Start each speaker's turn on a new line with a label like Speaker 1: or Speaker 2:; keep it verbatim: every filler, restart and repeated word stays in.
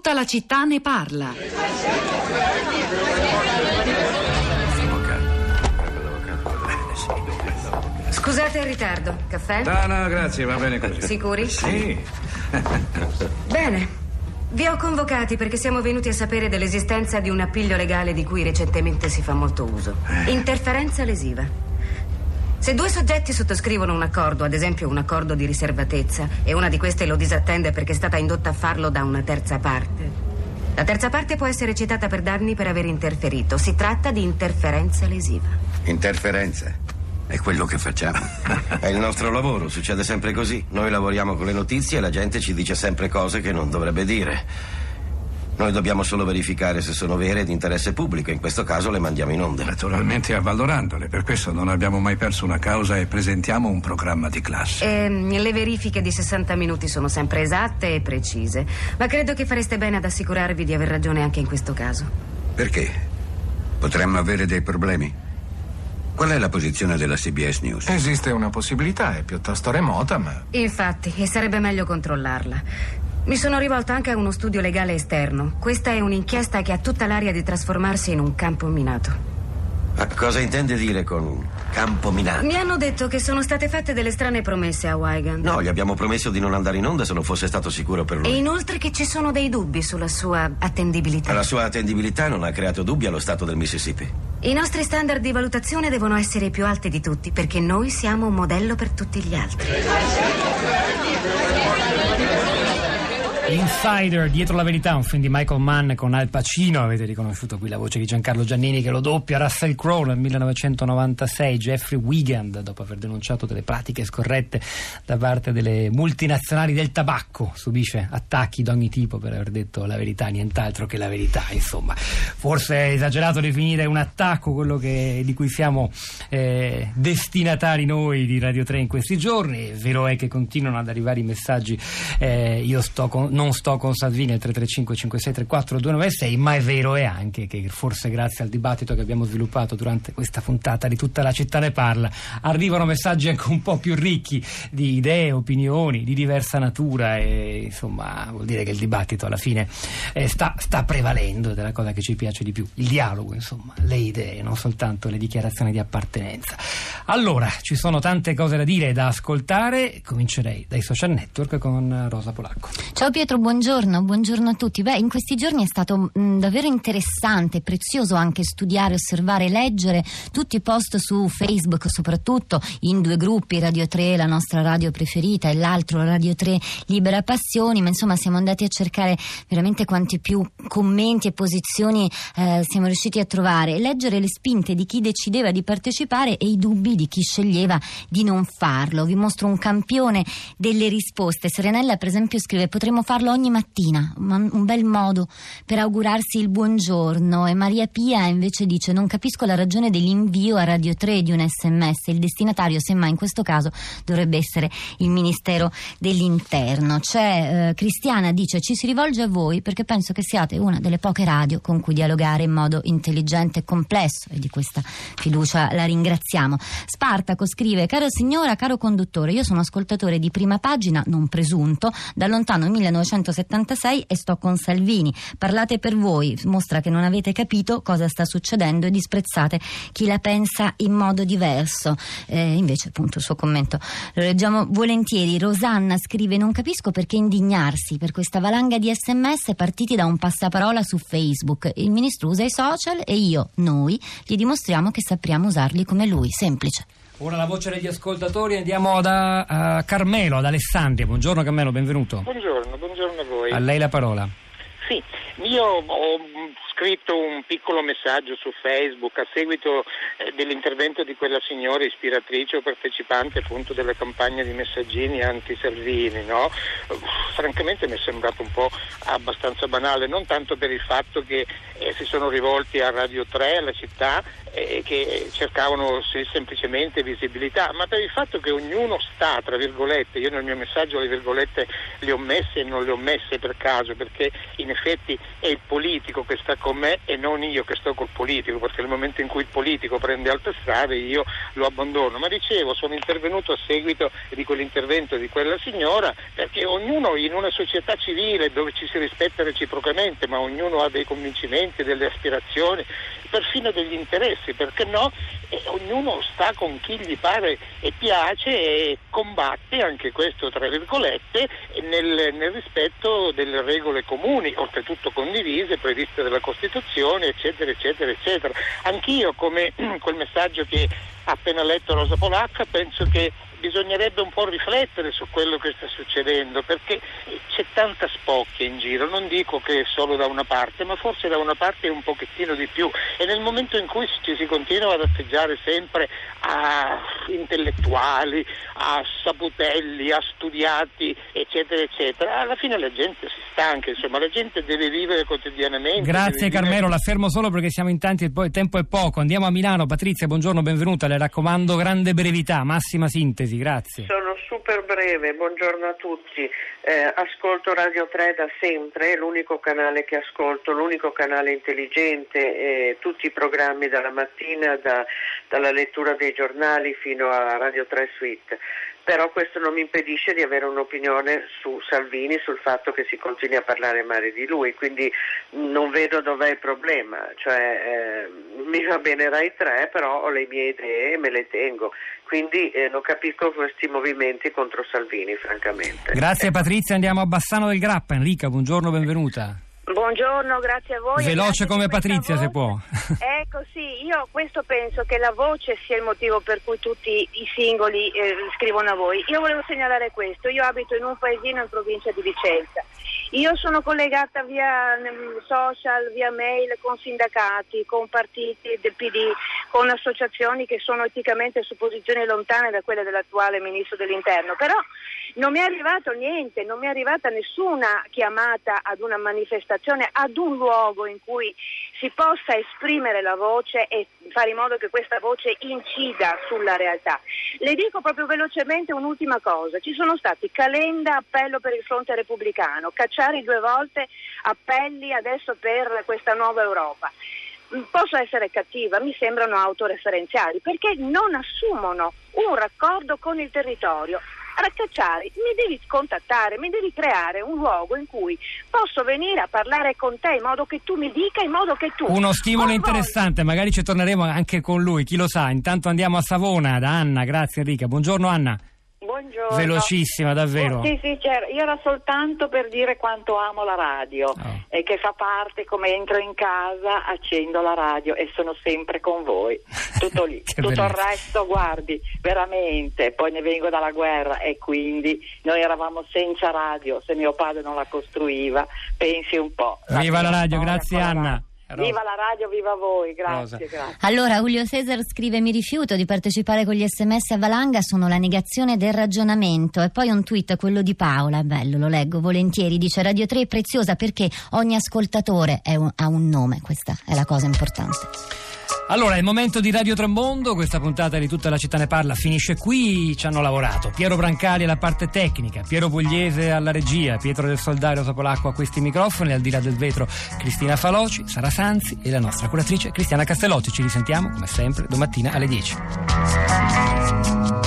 Speaker 1: Tutta la città ne parla.
Speaker 2: Scusate il ritardo, caffè?
Speaker 3: No, no, grazie, va bene così.
Speaker 2: Sicuri?
Speaker 3: Sì.
Speaker 2: Bene. Vi ho convocati perché siamo venuti a sapere dell'esistenza di un appiglio legale di cui recentemente si fa molto uso. Interferenza lesiva. Se due soggetti sottoscrivono un accordo, ad esempio un accordo di riservatezza, e una di queste lo disattende perché è stata indotta a farlo da una terza parte, la terza parte può essere citata per danni per aver interferito. Si tratta di interferenza lesiva.
Speaker 4: Interferenza? È quello che facciamo. È il nostro lavoro, succede sempre così. Noi lavoriamo con le notizie e la gente ci dice sempre cose che non dovrebbe dire. Noi dobbiamo solo verificare se sono vere e di interesse pubblico. In questo caso le mandiamo in onda.
Speaker 3: Naturalmente avvalorandole. Per questo non abbiamo mai perso una causa e presentiamo un programma di classe.
Speaker 2: E, le verifiche di sessanta minuti sono sempre esatte e precise. Ma credo che fareste bene ad assicurarvi di aver ragione anche in questo caso.
Speaker 5: Perché? Potremmo avere dei problemi? Qual è la posizione della C B S News?
Speaker 6: Esiste una possibilità, è piuttosto remota, ma...
Speaker 2: Infatti, e sarebbe meglio controllarla. Mi sono rivolta anche a uno studio legale esterno. Questa è un'inchiesta che ha tutta l'aria di trasformarsi in un campo minato.
Speaker 4: Ma cosa intende dire con campo minato?
Speaker 2: Mi hanno detto che sono state fatte delle strane promesse a Weigand.
Speaker 4: No, gli abbiamo promesso di non andare in onda se non fosse stato sicuro per lui.
Speaker 2: E inoltre che ci sono dei dubbi sulla sua attendibilità.
Speaker 4: La sua attendibilità non ha creato dubbi allo stato del Mississippi.
Speaker 2: I nostri standard di valutazione devono essere i più alti di tutti, perché noi siamo un modello per tutti gli altri.
Speaker 7: Insider, Dietro la verità, un film di Michael Mann con Al Pacino. Avete riconosciuto qui la voce di Giancarlo Giannini che lo doppia. Russell Crowe nel millenovecentonovantasei, Jeffrey Wigand, dopo aver denunciato delle pratiche scorrette da parte delle multinazionali del tabacco, subisce attacchi d'ogni tipo per aver detto la verità, nient'altro che la verità. Insomma, forse è esagerato definire un attacco quello che, di cui siamo eh, destinatari noi di Radio tre in questi giorni. Vero è che continuano ad arrivare i messaggi eh, io sto con non sto con Salvini al tre tre cinque cinque sei tre quattro due nove sei, ma è vero è anche che forse grazie al dibattito che abbiamo sviluppato durante questa puntata di Tutta la città ne parla arrivano messaggi anche un po' più ricchi di idee, opinioni di diversa natura, e insomma vuol dire che il dibattito alla fine eh, sta, sta prevalendo, ed è la cosa che ci piace di più, il dialogo, insomma, le idee, non soltanto le dichiarazioni di appartenenza. Allora, ci sono tante cose da dire e da ascoltare. Comincerei dai social network con Rosa Polacco.
Speaker 8: Ciao Pietro, buongiorno, buongiorno a tutti. Beh, in questi giorni è stato mh, davvero interessante, prezioso anche studiare, osservare, leggere tutti i post su Facebook, soprattutto in due gruppi, Radio tre, la nostra radio preferita, e l'altro Radio tre Libera Passioni, ma insomma siamo andati a cercare veramente quanti più commenti e posizioni eh, siamo riusciti a trovare, leggere le spinte di chi decideva di partecipare e i dubbi di chi sceglieva di non farlo. Vi mostro un campione delle risposte. Serenella per esempio scrive: potremmo farlo ogni mattina, un bel modo per augurarsi il buongiorno. E Maria Pia invece dice: non capisco la ragione dell'invio a Radio tre di un sms, il destinatario semmai in questo caso dovrebbe essere il Ministero dell'Interno. C'è eh, Cristiana dice: ci si rivolge a voi perché penso che siate una delle poche radio con cui dialogare in modo intelligente e complesso, e di questa fiducia la ringraziamo. Spartaco scrive: caro signora, caro conduttore, io sono ascoltatore di Prima Pagina, non presunto, da lontano millenovecentosettantasei e sto con Salvini. Parlate per voi, mostra che non avete capito cosa sta succedendo e disprezzate chi la pensa in modo diverso. Eh, invece appunto il suo commento lo leggiamo volentieri. Rosanna scrive: non capisco perché indignarsi per questa valanga di sms partiti da un passaparola su Facebook. Il ministro usa i social e io, noi, gli dimostriamo che sappiamo usarli come lui. Semplice.
Speaker 7: Ora la voce degli ascoltatori, andiamo da uh, Carmelo, ad Alessandria. Buongiorno Carmelo, benvenuto.
Speaker 9: Buongiorno, buongiorno a voi.
Speaker 7: A lei la parola.
Speaker 9: Sì, io ho scritto un piccolo messaggio su Facebook a seguito eh, dell'intervento di quella signora ispiratrice o partecipante appunto della campagna di messaggini anti-Salvini, no? Francamente mi è sembrato un po' abbastanza banale, non tanto per il fatto che eh, si sono rivolti a Radio tre, alla città, eh, che cercavano se, semplicemente visibilità, ma per il fatto che ognuno sta, tra virgolette, io nel mio messaggio le virgolette le ho messe e non le ho messe per caso, perché in effetti è il politico che sta con me e non io che sto col politico, perché nel momento in cui il politico prende altre strade io lo abbandono. Ma dicevo, sono intervenuto a seguito di quell'intervento di quella signora, perché ognuno in una società civile dove ci si rispetta reciprocamente, ma ognuno ha dei convincimenti, delle aspirazioni, perfino degli interessi, perché no? E ognuno sta con chi gli pare e piace e combatte, anche questo tra virgolette, nel, nel rispetto delle regole comuni, oltretutto condivise, previste dalla Costituzione, eccetera, eccetera, eccetera. Anch'io, come quel messaggio che ha appena letto Rosa Polacca, penso che bisognerebbe un po' riflettere su quello che sta succedendo, perché c'è tanta spocchia in giro, non dico che solo da una parte, ma forse da una parte un pochettino di più, e nel momento in cui ci si continua ad atteggiare sempre a intellettuali, a saputelli, a studiati, eccetera, eccetera, alla fine la gente si stanca, insomma, la gente deve vivere quotidianamente.
Speaker 7: Grazie Carmelo,
Speaker 9: vivere...
Speaker 7: la fermo solo perché siamo in tanti e poi il tempo è poco. Andiamo a Milano. Patrizia, buongiorno, benvenuta, le raccomando grande brevità, massima sintesi. Grazie.
Speaker 1: Sono super breve, buongiorno a tutti. Eh, ascolto Radio tre da sempre, è l'unico canale che ascolto, l'unico canale intelligente, eh, tutti i programmi dalla mattina, da, dalla lettura dei giornali fino a Radio tre Suite. Però questo non mi impedisce di avere un'opinione su Salvini, sul fatto che si continui a parlare male di lui, quindi non vedo dov'è il problema, cioè eh, mi va bene Rai tre, però ho le mie idee e me le tengo, quindi eh, non capisco questi movimenti contro Salvini, francamente.
Speaker 7: Grazie Patrizia, andiamo a Bassano del Grappa. Enrica, buongiorno, benvenuta.
Speaker 10: Buongiorno, grazie a voi.
Speaker 7: Veloce come Patrizia, se può.
Speaker 10: Ecco, sì, io questo penso che la voce sia il motivo per cui tutti i singoli eh, scrivono a voi. Io volevo segnalare questo, io abito in un paesino in provincia di Vicenza. Io sono collegata via social, via mail, con sindacati, con partiti del P D, con associazioni che sono eticamente su posizioni lontane da quelle dell'attuale Ministro dell'Interno, però non mi è arrivato niente, non mi è arrivata nessuna chiamata ad una manifestazione, ad un luogo in cui si possa esprimere la voce e fare in modo che questa voce incida sulla realtà. Le dico proprio velocemente un'ultima cosa, ci sono stati Calenda, appello per il fronte repubblicano, Cacciari due volte, appelli adesso per questa nuova Europa. Posso essere cattiva, mi sembrano autoreferenziali, perché non assumono un raccordo con il territorio. Cacciari, mi devi contattare, mi devi creare un luogo in cui posso venire a parlare con te in modo che tu mi dica, in modo che tu...
Speaker 7: Uno stimolo
Speaker 10: oh,
Speaker 7: interessante,
Speaker 10: voglio.
Speaker 7: Magari ci torneremo anche con lui, chi lo sa. Intanto andiamo a Savona, da Anna. Grazie Enrica. Buongiorno Anna.
Speaker 11: Buongiorno.
Speaker 7: Velocissima, davvero.
Speaker 11: Oh, sì, sì, certo. Io era soltanto per dire quanto amo la radio
Speaker 7: oh.
Speaker 11: e che fa parte, come entro in casa, accendo la radio e sono sempre con voi. Tutto lì. Tutto
Speaker 7: bellezza.
Speaker 11: Il resto, guardi, veramente, poi ne vengo dalla guerra e quindi noi eravamo senza radio, se mio padre non la costruiva, pensi un po'.
Speaker 7: Viva la radio, grazie Anna.
Speaker 11: Viva la radio, viva voi, grazie, grazie.
Speaker 8: Allora, Julio Cesar scrive: mi rifiuto di partecipare con gli sms a valanga, sono la negazione del ragionamento. E poi un tweet, quello di Paola, bello, lo leggo volentieri, dice: Radio tre è preziosa perché ogni ascoltatore è un, ha un nome, questa è la cosa importante.
Speaker 7: Allora, è il momento di Radio Tremondo, questa puntata di Tutta la città ne parla finisce qui, ci hanno lavorato Piero Brancali alla parte tecnica, Piero Pugliese alla regia, Pietro del Soldario Sopolacqua a questi microfoni, al di là del vetro Cristina Faloci, Sara Sanzi e la nostra curatrice Cristiana Castellotti. Ci risentiamo come sempre domattina alle dieci.